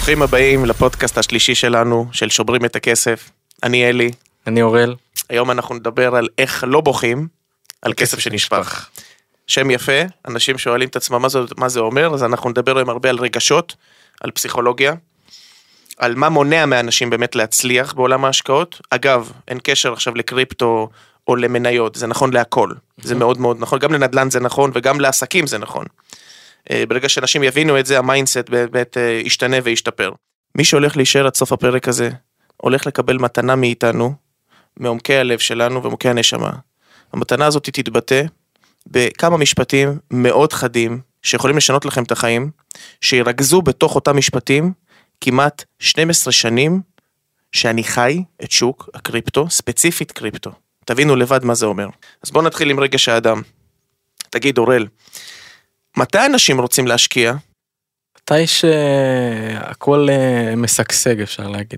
ברוכים הבאים לפודקאסט השלישי שלנו, של שוברים את הכסף. אני אלי. אני אורל. היום אנחנו נדבר על איך לא בוכים, על כסף שנשפך. שם יפה, אנשים שואלים את עצמם מה זה אומר, אז אנחנו נדבר היום הרבה על רגשות, על פסיכולוגיה, על מה מונע מאנשים באמת להצליח בעולם ההשקעות. אגב, אין קשר עכשיו לקריפטו או למניות, זה נכון להכל. זה מאוד מאוד נכון, גם לנדל"ן זה נכון וגם לעסקים זה נכון. ברגע שאנשים יבינו את זה, המיינדסט באמת ישתנה וישתפר. מי שהולך להישאר עד סוף הפרק הזה, הולך לקבל מתנה מאיתנו, מעומקי הלב שלנו ומעומקי הנשמה. המתנה הזאת תתבטא בכמה משפטים מאוד חדים, שיכולים לשנות לכם את החיים, שירגזו בתוך אותם משפטים, כמעט 12 שנים, שאני חי את שוק הקריפטו, ספציפית קריפטו. תבינו לבד מה זה אומר. אז בואו נתחיל עם רגש האדם. תגיד, אורל, מתי אנשים רוצים להשקיע? מתי שהכל משגשג, אפשר להגיד.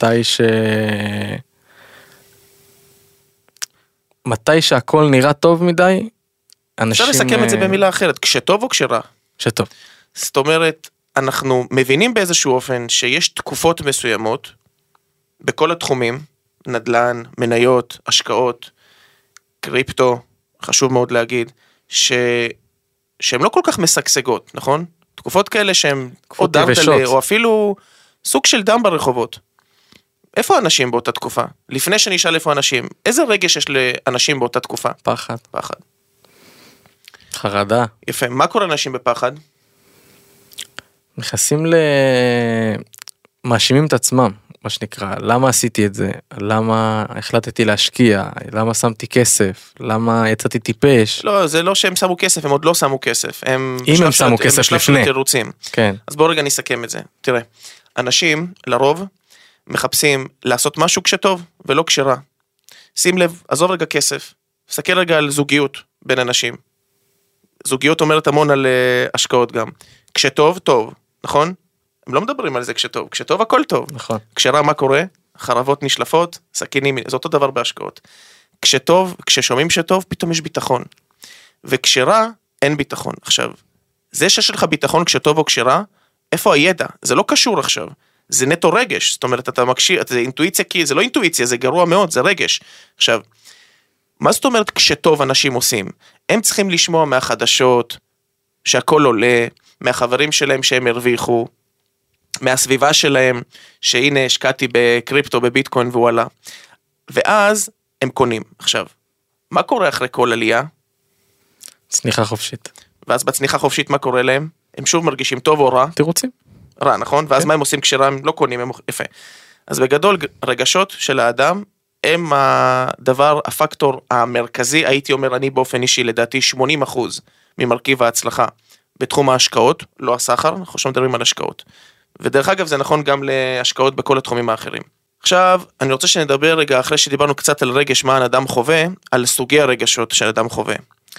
מתי שהכל נראה טוב מדי, אנשים... אפשר לסכם את זה במילה אחרת, כשטוב או כשרע? כשטוב. זאת אומרת, אנחנו מבינים באיזשהו אופן שיש תקופות מסוימות, בכל התחומים, נדל"ן, מניות, השקעות, קריפטו, חשוב מאוד להגיד, שהן לא כל כך משגשגות, נכון? תקופות כאלה שהן או דרדלה, או אפילו סוג של דם ברחובות. איפה האנשים באותה תקופה? לפני שנשאל איפה אנשים, איזה רגש יש לאנשים באותה תקופה? פחד. פחד. חרדה. יפה, מה קורה לאנשים בפחד? נכנסים מאשימים את עצמם, מה שנקרא, למה עשיתי את זה, למה החלטתי להשקיע, למה שמתי כסף, למה יצאתי טיפש. לא, זה לא שהם שמו כסף, הם עוד לא שמו כסף. אם הם שמו כסף לפני. כן. אז בואו רגע נסכם את זה. תראה, אנשים לרוב מחפשים לעשות משהו כשטוב ולא כשרע. שים לב, עזוב רגע כסף, סתכל רגע על זוגיות בין אנשים. זוגיות אומרת המון על השקעות גם. כשטוב, טוב, נכון? הם לא מדברים על זה כשטוב, כשטוב הכל טוב. נכון. כשרע מה קורה? חרבות נשלפות, סכינים, זה אותו דבר בהשקעות. כשטוב, כששומעים שטוב, פתאום יש ביטחון. וכשרע, אין ביטחון. עכשיו, זה שיש לך ביטחון כשטוב או כשרע, איפה הידע? זה לא קשור עכשיו. זה נטו רגש. זאת אומרת, אתה מקשיב, זה אינטואיציה, כי זה לא אינטואיציה, זה גרוע מאוד, זה רגש. עכשיו, מה זאת אומרת כשטוב אנשים עושים? הם צריכים לשמוע מהחדשות, שהכל עולה, מהחברים שלהם שהם הרוויחו, מהסביבה שלהם, שהנה השקעתי בקריפטו, בביטקוין והוא עלה. ואז הם קונים. עכשיו, מה קורה אחרי כל עלייה? צניחה חופשית. ואז בצניחה חופשית מה קורה להם? הם שוב מרגישים טוב או רע? תירוצים. רע, נכון? ואז מה הם עושים כשרע? הם לא קונים, הם... יפה. אז בגדול, רגשות של האדם, הם הדבר, הפקטור המרכזי, הייתי אומר אני באופן אישי, לדעתי 80% ממרכיב ההצלחה בתחום ההשקעות, לא הסחר, אנחנו עכשיו מדברים על השקעות. ודרך אגב זה נכון גם להשקעות בכל התחומים האחרים. עכשיו, אני רוצה שנדבר רגע, אחרי שדיברנו קצת על רגש מה האדם חווה, על סוגי הרגשות של אדם חווה.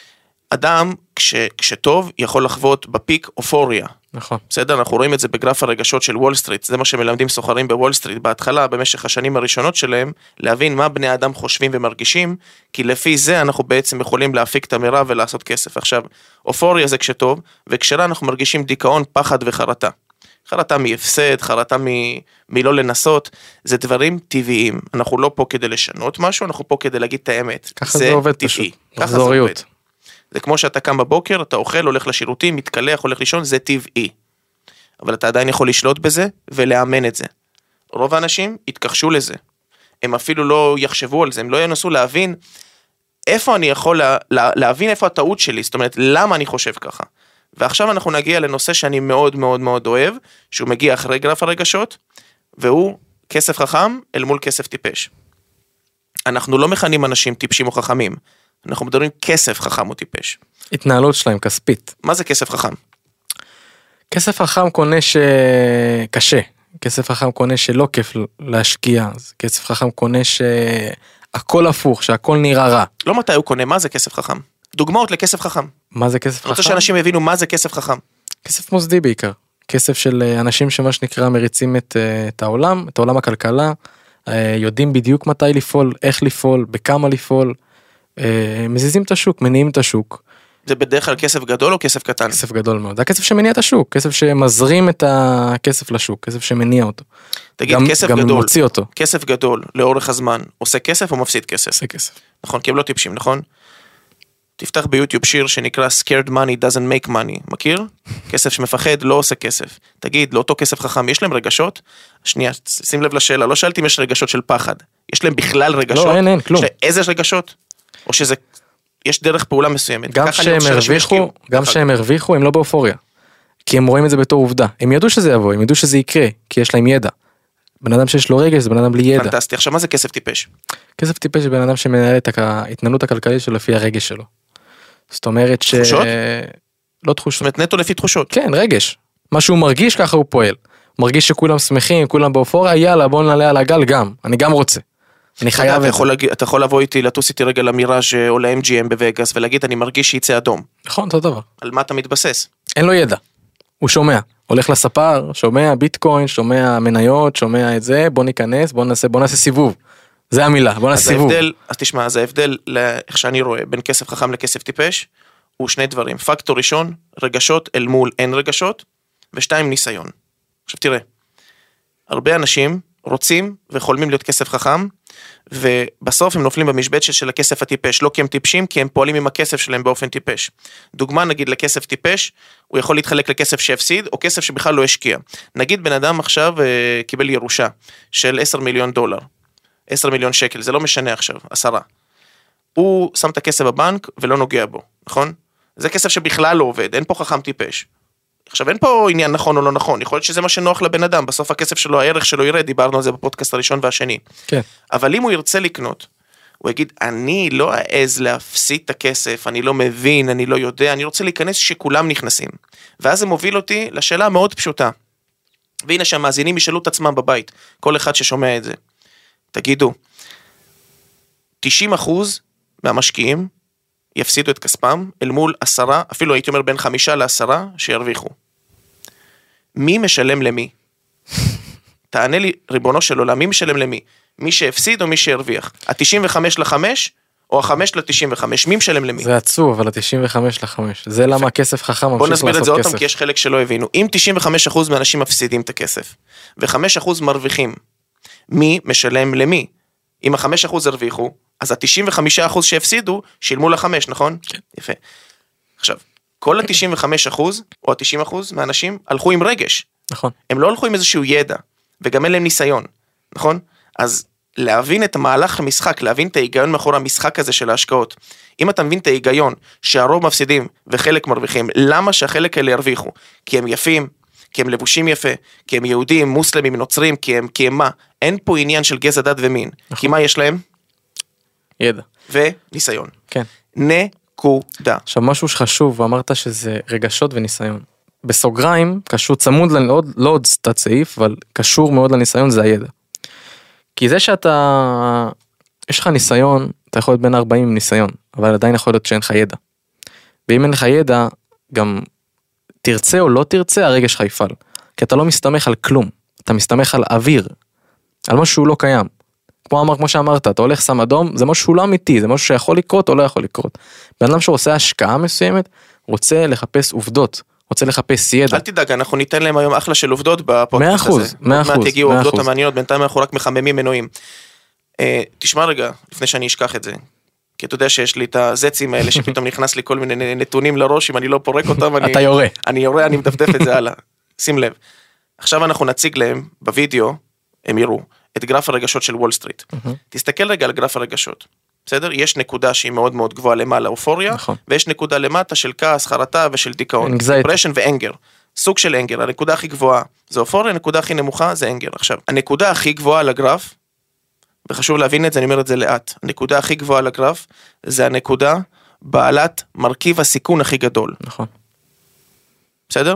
אדם, כשטוב, יכול לחוות בפיק אופוריה. נכון. בסדר, אנחנו רואים את זה בגרף הרגשות של וול סטריט, זה מה שמלמדים סוחרים בוול סטריט, בהתחלה, במשך השנים הראשונות שלהם, להבין מה בני האדם חושבים ומרגישים, כי לפי זה אנחנו בעצם יכולים להפיק את המרב ולעשות כסף. עכשיו, אופוריה זה כשטוב, וכשרע אנחנו מרגישים דיכאון, פחד וחרטה. חרטה מהפסד, חרטה מלא לנסות, זה דברים טבעיים. אנחנו לא פה כדי לשנות משהו, אנחנו פה כדי להגיד את האמת. ככה זה עובד פשוט. ככה זה עובד. זה כמו שאתה קם בבוקר, אתה אוכל, הולך לשירותים, מתקלח, הולך לישון, זה טבעי. אבל אתה עדיין יכול לשלוט בזה ולאמן את זה. רוב האנשים יתכחשו לזה. הם אפילו לא יחשבו על זה, הם לא ינסו להבין איפה אני יכול להבין איפה הטעות שלי, זאת אומרת, למה אני חושב ככה. ועכשיו אנחנו נגיע לנושא שאני מאוד מאוד מאוד אוהב, שהוא מגיע אחרי גרף הרגשות, והוא כסף חכם אל מול כסף טיפש. אנחנו לא מכנים אנשים טיפשים או חכמים, אנחנו מדברים כסף חכם או טיפש. התנהלות שלהם כספית. מה זה כסף חכם? כסף חכם קונה שקשה, כסף חכם קונה שלא כיף להשקיע, כסף חכם קונה שהכל הפוך, שהכל נראה רע. לא מתי הוא קונה, מה זה כסף חכם? דוגמאות לכסף חכם. מה זה כסף חכם? אני רוצה שאנשים יבינו מה זה כסף חכם. כסף מוסדי בעיקר. כסף של אנשים שמה שנקרא מריצים את העולם, את העולם הכלכלה, יודעים בדיוק מתי לפעול, איך לפעול, בכמה לפעול, מזיזים את השוק, מניעים את השוק, זה בדרך כלל כסף גדול או כסף קטן? כסף גדול מאוד, זה הכסף שמניע את השוק, כסף שמזרים את הכסף לשוק, כסף שמניע אותו. תגיד, כסף גם גדול, מוציא אותו. כסף גדול לאורך הזמן, עושה כסף או מפסיד כסף? עושה כסף. נכון, כי הם לא טיפשים, נכון? תפתח ביוטיוב שיר שנקרא Scared Money doesn't make money, מכיר? כסף שמפחד לא עושה כסף. תגיד, לאותו כסף חכם, יש להם רגשות? שנייה, שים לב לשאלה, לא שאלתי אם יש רגשות של פחד. יש להם בכלל רגשות? לא, אין, כלום. איזה רגשות? או שזה, יש דרך פעולה מסוימת. גם שהם הרוויחו, הם לא באופוריה. כי הם רואים את זה בתור עובדה. הם ידעו שזה יבוא, הם ידעו שזה יקרה, כי יש להם ידע. בן אדם שיש לו רגש, זה בן אדם בלי ידע. פנטסטי. עכשיו, מה זה כסף טיפש? כסף טיפש זה בן אדם שמנהל את ההתנהלות הכלכלית שלו לפי הרגש שלו. זאת אומרת תחושות? לא תחושות. זאת אומרת, נטו לפי תחושות. כן, רגש. מה שהוא מרגיש, ככה הוא פועל. הוא מרגיש שכולם שמחים, כולם באופוריה, יאללה, בוא נעלה על הגל גם. אני גם רוצה. אני חייב את זה. אתה יכול לבוא איתי, לטוס איתי רגע למיראז' או ל-MGM בווגאס, ולהגיד, אני מרגיש שיצא אדום. נכון, אותו דבר. על מה אתה מתבסס? אין לו ידע. הוא שומע. הולך לספר, שומע ביטקוין, שומע מניות, שומע את זה, בוא ניכנס, בוא נעשה סיבוב. זה המילה, בוא נעשה סיבוב. אז תשמע, אז ההבדל, איך שאני רואה, בין כסף חכם לכסף טיפש, הוא שני דברים. פקטור ראשון, רגשות אל מול אין רגשות, ושתיים, ניסיון. עכשיו תראה, הרבה אנשים רוצים וחולמים להיות כסף חכם, ובסוף הם נופלים במשבצת של הכסף הטיפש, לא כי הם טיפשים, כי הם פועלים עם הכסף שלהם באופן טיפש. דוגמה, נגיד לכסף טיפש, הוא יכול להתחלק לכסף שהפסיד, או כסף שבכלל לא השקיע. נגיד בן אדם עכשיו קיבל ירושה של 10 מיליון דולר, 10 מיליון שקל, זה לא משנה עכשיו, 10. הוא שם את הכסף בבנק ולא נוגע בו, נכון? זה כסף שבכלל לא עובד, אין פה חכם טיפש. עכשיו אין פה עניין נכון או לא נכון, יכול להיות שזה מה שנוח לבן אדם, בסוף הכסף שלו, הערך שלו ירד, דיברנו על זה בפודקאסט הראשון והשני. כן. אבל אם הוא ירצה לקנות, הוא יגיד, אני לא אעז להפסיד את הכסף, אני לא מבין, אני לא יודע, אני רוצה להיכנס שכולם נכנסים. ואז זה מוביל אותי לשאלה מאוד פשוטה. והנה שהמאזינים ישאלו את עצמם בבית, כל אחד ששומע את זה. תגידו, 90% מהמשקיעים יפסידו את כספם, אל מול 10, אפילו הייתי אומר בין 5 ל10 שירוויחו. מי משלם למי? תענה לי, ריבונו של עולם, מי משלם למי? מי שהפסיד או מי שהרוויח? ה-95 ל-5 או ה-5 ל-95? מי משלם למי? זה עצוב, אבל ה-95 ל-5. זה למה הכסף חכם ממשיך לעשות כסף. בוא נסביר את זה עוד פעם, כי יש חלק שלא הבינו. אם 95% מהאנשים מפסידים את הכסף, ו5% מרוויחים, מי משלם למי? אם ה5% הרוויחו, אז ה-95% שהפסידו, שילמו ל5, נכון? כן. יפה. עכשיו, כל ה-95% או ה-90% מהאנשים הלכו עם רגש. נכון. הם לא הלכו עם איזשהו ידע, וגם אין להם ניסיון, נכון? אז להבין את המהלך המשחק, להבין את ההיגיון מאחורי המשחק הזה של ההשקעות. אם אתה מבין את ההיגיון שהרוב מפסידים וחלק מרוויחים, למה שהחלק האלה ירוויחו? כי הם יפים, כי הם לבושים יפה, כי הם יהודים, מוסלמים, נוצרים, כי הם מה? אין פה עניין של גזע, דת ומין. כי מה יש להם? ידע. וניסיון. כן. נקודה. עכשיו משהו שחשוב, אמרת שזה רגשות וניסיון. בסוגריים, קשור צמוד, לא עוד סטט סעיף, אבל קשור מאוד לניסיון, זה הידע. כי זה שאתה, יש לך ניסיון, אתה יכול להיות בין 40 עם ניסיון, אבל עדיין יכול להיות שאין לך ידע. ואם אין לך ידע, גם תרצה או לא תרצה, הרגש שלך יפעל. כי אתה לא מסתמך על כלום, אתה מסתמך על אוויר, על משהו שהוא לא קיים. כמו שאמרת, אתה הולך שם אדום, זה משהו שהוא לא אמיתי, זה משהו שיכול לקרות או לא יכול לקרות. בן אדם שעושה השקעה מסוימת, רוצה לחפש עובדות, רוצה לחפש ידע. אל תדאג, אנחנו ניתן להם היום אחלה של עובדות בפודקאסט הזה. 100%. מעט יגיעו עובדות המעניינות, בינתיים אנחנו רק מחממים מנועים. תשמע רגע, לפני שאני אשכח את זה, כי אתה יודע שיש לי את הזצים האלה, שפתאום נכנס לי כל מיני נתונים לראש, אם אני לא פורק אותם, אתה יורה. אני יורה, אני מדפדף את זה הלאה. שים לב. עכשיו אנחנו נציג להם בווידאו, הם יראו, את גרף הרגשות של וול סטריט. תסתכל רגע על גרף הרגשות. בסדר? יש נקודה שהיא מאוד מאוד גבוהה למעלה, אופוריה, ויש נקודה למטה של כעס, חרטה ושל דיכאון, דיפרשן ואנגר. סוג של אנגר, הנקודה הכי גבוהה זה אופוריה, הנקודה הכי נמוכה זה אנגר. עכשיו, הנקודה הכי גבוהה על הגרף, וחשוב להבין את זה, אני אומר את זה לאט, הנקודה הכי גבוהה על הגרף, זה הנקודה בעלת מרכיב הסיכון הכי גדול. נכון. בסדר?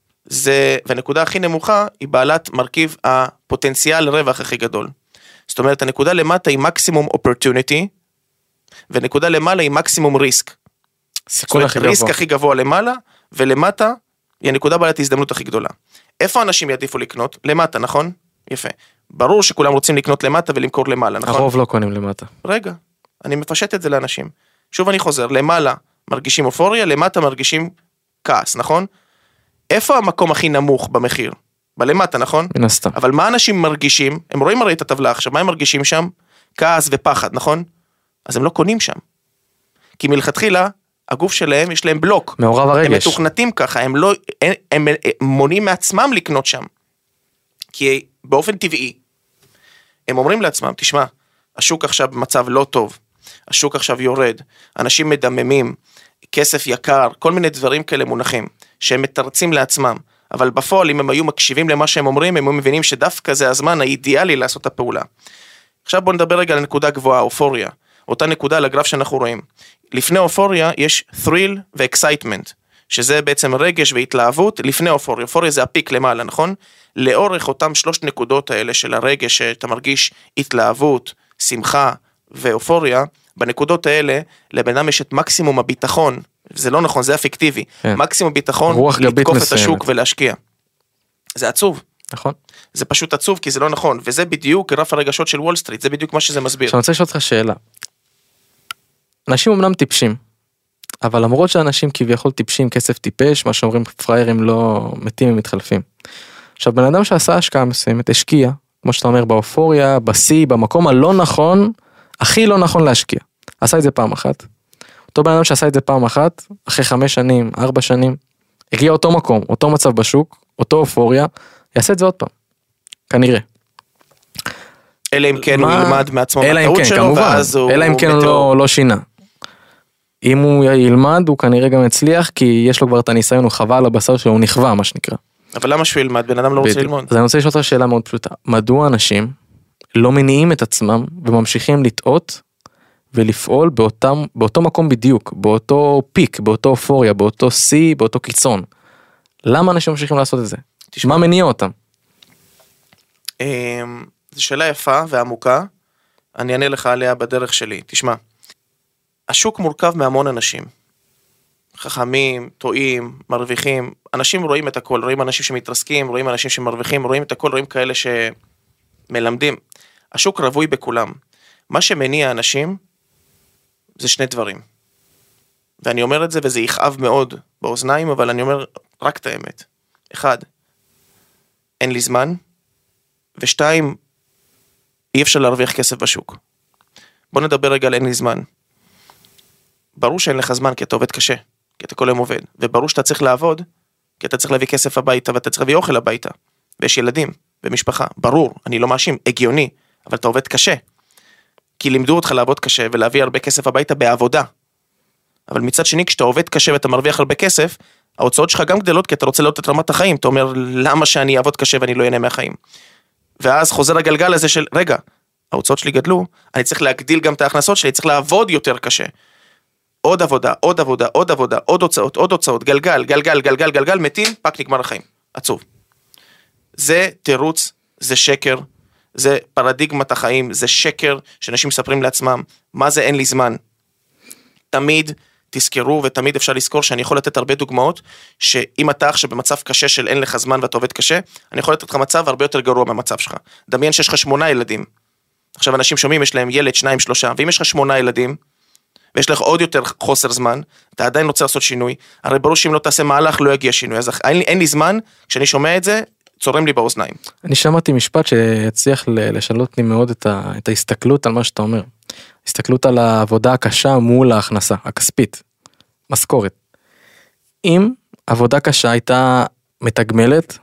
והנקודה הכי נמוכה היא בעלת מרכיב הפוטנציאל רווח הכי גדול. זאת אומרת, הנקודה למטה היא מקסימום opportunity, ונקודה למעלה היא מקסימום ריסק. סיכון הכי גבוה. ריסק הכי גבוה למעלה, ולמטה היא הנקודה בעלת ההזדמנות הכי גדולה. איפה אנשים יעדיפו לקנות? למטה, נכון? יפה. ברור שכולם רוצים לקנות למטה ולמכור למעלה, נכון? הרוב לא קונים למטה. רגע, אני מפשט את זה לאנשים. שוב אני חוזר, למעלה מרגישים אופוריה, למטה מרגישים כעס, נכון? איפה המקום הכי נמוך במחיר? בלמטה, נכון? מן הסתם. אבל מה אנשים מרגישים? הם רואים הרי את הטבלה עכשיו, מה הם מרגישים שם? כעס ופחד, נכון? אז הם לא קונים שם. כי מלכתחילה, הגוף שלהם, יש להם בלוק. מעורב הרגש. הם מתוכנתים ככה, הם מונעים מעצמם לקנות שם. כי באופן טבעי, הם אומרים לעצמם, תשמע, השוק עכשיו במצב לא טוב, השוק עכשיו יורד, אנשים מדממים, כסף יקר, כל מיני דברים כאלה מונחים, שהם מתרצים לעצמם, אבל בפועל, אם הם היו מקשיבים למה שהם אומרים, הם מבינים שדווקא זה הזמן האידיאלי לעשות את הפעולה. עכשיו בואו נדבר רגע על נקודה גבוהה, אופוריה, אותה נקודה על הגרף שאנחנו רואים. לפני אופוריה יש thrill ו-excitement, שזה בעצם רגש והתלהבות לפני אופוריה. אופוריה זה הפיק למעלה, נכון? לאורך אותם 3 נקודות האלה של הרגש, שאתה מרגיש התלהבות, שמחה ואופוריה, בנקודות האלה, לבן אדם יש את מקסימום הביטחון, זה לא נכון, זה אפקטיבי, כן. מקסימום ביטחון, לתקוף את השוק ולהשקיע. זה עצוב. נכון. זה פשוט עצוב, כי זה לא נכון, וזה בדיוק גרף הרגשות של וול סטריט, זה בדיוק מה שזה מסביר. עכשיו אני רוצה לשאול אותך שאלה. אנשים אמנם טיפשים, אבל למרות שאנשים כביכול טיפשים, כסף טיפש, מה שאומרים פריירים לא מתים הם מתחלפים. עכשיו בן אדם שעשה השקעה מסוימת, השקיע, כמו שאתה אומר, באופוריה, בסי, במקום הלא נכון, הכי לא נכון להשקיע. עשה את זה פעם אחת. אותו בן אדם שעשה את זה פעם אחת, אחרי 5 שנים, 4 שנים, הגיע אותו מקום, אותו מצב בשוק, אותו אופוריה, יעשה את זה עוד פעם. כנראה. אלא אם כן הוא ילמד מעצמו מהטעות שלו, ואז הוא... אלא אם כן הוא לא שינה. אם הוא ילמד, הוא כנראה גם הצליח, כי יש לו כבר את הניסיון, הוא חווה על הבשר שלו, הוא נכווה, מה שנקרא. אבל למה שהוא ילמד? בן אדם לא רוצה ללמוד. אז אני רוצה לשאול אותך שאלה מאוד פשוטה. מדוע אנשים לא מניעים את עצמם, וממשיכים לטעות, ולפעול באותו מקום בדיוק, באותו פיק, באותו אופוריה, באותו סי, באותו קיצון? למה אנשים ממשיכים לעשות את זה? מה מניע אותם? זו שאלה יפה ועמוקה, אני אענה לך עליה בדרך שלי. תשמע, השוק מורכב מהמון אנשים, חכמים, טועים, מרוויחים, אנשים רואים את הכל, רואים אנשים שמתרסקים, רואים אנשים שמרוויחים, רואים את הכל, רואים כאלה שמלמדים. השוק רווי בכולם. מה שמניע אנשים זה 2 דברים. ואני אומר את זה וזה יכאב מאוד באוזניים, אבל אני אומר רק את האמת. 1, אין לי זמן, ו2, אי אפשר להרוויח כסף בשוק. בוא נדבר רגע על אין לי זמן. ברור שאין לך זמן כי אתה עובד קשה, כי אתה כל יום עובד, וברור שאתה צריך לעבוד, כי אתה צריך להביא כסף הביתה, ואתה צריך להביא אוכל הביתה, ויש ילדים ומשפחה, ברור, אני לא מאשים, הגיוני, אבל אתה עובד קשה, כי לימדו אותך לעבוד קשה, ולהביא הרבה כסף הביתה בעבודה, אבל מצד שני, כשאתה עובד קשה ואתה מרוויח הרבה כסף, ההוצאות שלך גם גדלות, כי אתה רוצה לראות את רמת החיים, אתה אומר, למה שאני אעבוד קשה ואני לא אהנה מהחיים? ואז חוזר הגלגל הזה של, רגע, ההוצאות שלי גדלו, אני צריך להגדיל גם את ההכנסות שלי, צריך לעבוד יותר קשה. עוד עבודה, עוד עבודה, עוד עבודה, עוד הוצאות, גלגל, מתים, פק נגמר החיים. עצוב. זה תירוץ, זה שקר, זה פרדיגמת החיים, זה שקר שאנשים מספרים לעצמם, מה זה אין לי זמן. תמיד תזכרו ותמיד אפשר לזכור שאני יכול לתת הרבה דוגמאות, שאם אתה עכשיו במצב קשה של אין לך זמן ואתה עובד קשה, אני יכול לתת לך מצב הרבה יותר גרוע מהמצב שלך. דמיין שיש לך 8 ילדים. עכשיו אנשים שומעים, יש להם ילד, 2, 3, ואם יש לך 8 ילדים, ויש לך עוד יותר חוסר זמן, אתה עדיין רוצה לעשות שינוי, הרי ברור שאם לא תעשה מהלך לא יגיע שינוי, אז אין לי זמן, כשאני שומע את זה, צורם לי באוזניים. אני שמעתי משפט שהצליח לשנות לי מאוד את ההסתכלות על מה שאתה אומר. הסתכלות על העבודה הקשה מול ההכנסה, הכספית, משכורת. אם עבודה קשה הייתה מתגמלת,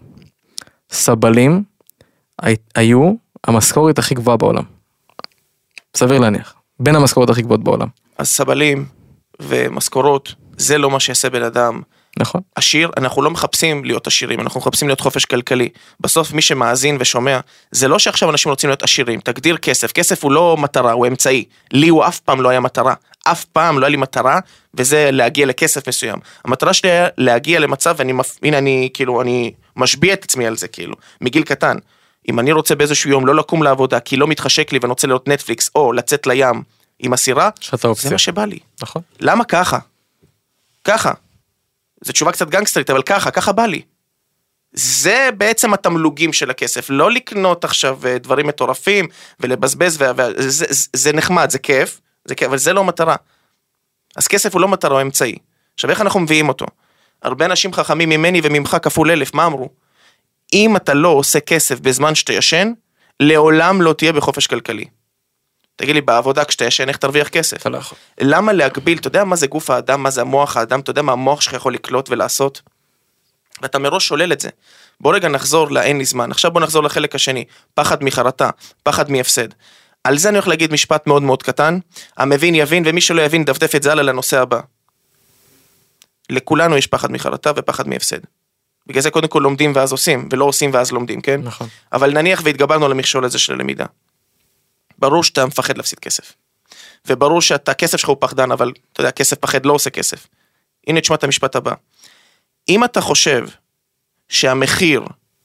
סבלים היו המשכורת הכי גבוהה בעולם. סביר להניח. בין המשכורות הכי גבוהות בעולם. אז סבלים ומשכורות, זה לא מה שיעשה בן אדם. נכון. עשיר, אנחנו לא מחפשים להיות עשירים, אנחנו מחפשים להיות חופש כלכלי. בסוף מי שמאזין ושומע, זה לא שעכשיו אנשים רוצים להיות עשירים, תגדיר כסף, כסף הוא לא מטרה, הוא אמצעי. לי הוא אף פעם לא היה מטרה, אף פעם לא היה לי מטרה, וזה להגיע לכסף מסוים. המטרה שלי היה להגיע למצב, הנה אני משביע את עצמי על זה, כאילו, מגיל קטן. אם אני רוצה באיזשהו יום לא לקום לעבודה, כי לא מתחשק לי ואני רוצה לראות נטפליקס, או לצאת לים עם הסירה, זה מה שבא לי. נכון. למה ככה? ככה. זו תשובה קצת גנגסטרית, אבל ככה בא לי. זה בעצם התמלוגים של הכסף, לא לקנות עכשיו דברים מטורפים, ולבזבז, זה נחמד, זה כיף, אבל זה לא מטרה. אז כסף הוא לא מטרה או אמצעי. עכשיו איך אנחנו מביאים אותו? הרבה אנשים חכמים ממני וממך כפול 1000, מה אמרו? אם אתה לא עושה כסף בזמן שאתה ישן, לעולם לא תהיה בחופש כלכלי. תגיד לי, בעבודה כשאתה ישן, איך תרוויח כסף? אתה לא יכול. למה להגביל? אתה יודע מה זה גוף האדם, מה זה המוח האדם, אתה יודע מה המוח שלך יכול לקלוט ולעשות? ואתה מראש שולל את זה. בוא רגע נחזור לאין לי זמן. עכשיו בוא נחזור לחלק השני. פחד מחרטה, פחד מהפסד. על זה אני הולך להגיד משפט מאוד מאוד קטן. המבין יבין, ומי שלא יבין דפדף את זה הלאה לנושא הבא. לכולנו יש פחד מחרטה ופחד מהפסד. בגלל זה קודם כל לומדים ואז עושים, ולא עושים ואז לומדים, כן? נכון. אבל נניח והתגברנו למכשול הזה של הלמידה. ברור שאתה מפחד להפסיד כסף. וברור שאתה, כסף שלך הוא פחדן, אבל אתה יודע, כסף פחד לא עושה כסף. הנה תשמע את המשפט הבא. אם אתה חושב שהמחיר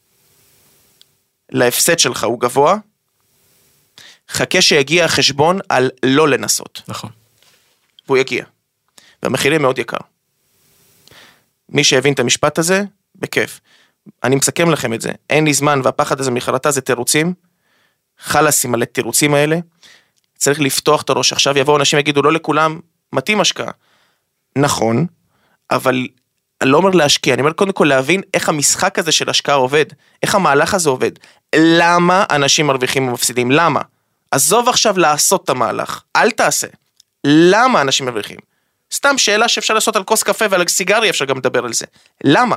להפסד שלך הוא גבוה, חכה שיגיע החשבון על לא לנסות. נכון. והוא יגיע. והמחיר יהיה מאוד יקר. מי שהבין את המשפט הזה, בכיף. אני מסכם לכם את זה. אין לי זמן, והפחד הזה מחרטה זה תירוצים. חלסים על התירוצים האלה. צריך לפתוח את הראש. עכשיו יבואו אנשים יגידו, לא לכולם מתאים השקעה. נכון, אבל אני לא אומר להשקיע, אני אומר קודם כל להבין איך המשחק הזה של השקעה עובד. איך המהלך הזה עובד. למה אנשים מרוויחים ומפסידים? למה? עזוב עכשיו לעשות את המהלך. אל תעשה. למה אנשים מרוויחים? סתם שאלה שאפשר לעשות על כוס קפה ועל סיגריה אפשר גם לדבר על זה. למה?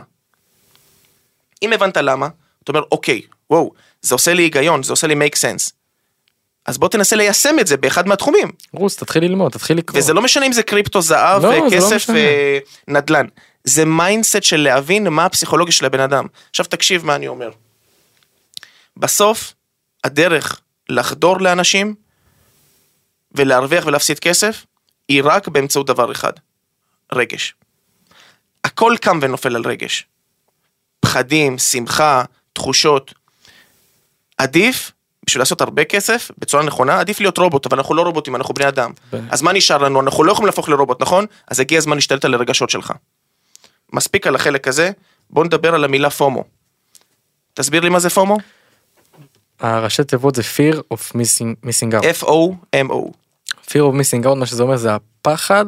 אם הבנת למה, אתה אומר, אוקיי, וואו, זה עושה לי היגיון, זה עושה לי make sense. אז בוא תנסה ליישם את זה באחד מהתחומים. רוס, תתחיל ללמוד, תתחיל לקרוא. וזה לא משנה אם זה קריפטו, זהב, כסף ונדלן. זה מיינדסט של להבין מה הפסיכולוגיה של הבן אדם. עכשיו תקשיב מה אני אומר. בסוף, הדרך לחדור לאנשים, ולהרוויח ולהפסיד כסף, היא רק באמצעות דבר אחד. רגש. הכל קם ונופל על רגש. פחדים, שמחה, תחושות. עדיף, בשביל לעשות הרבה כסף, בצורה נכונה, עדיף להיות רובוט, אבל אנחנו לא רובוטים, אנחנו בני אדם. אז מה נשאר לנו? אנחנו לא יכולים להפוך לרובוט, נכון? אז הגיע הזמן להשתלט על הרגשות שלך. מספיק על החלק הזה, בוא נדבר על המילה פומו. תסביר לי מה זה פומו? הראשי תיבות זה fear of missing out. F-O-M-O. fear of missing out, מה שזה אומר זה הפחד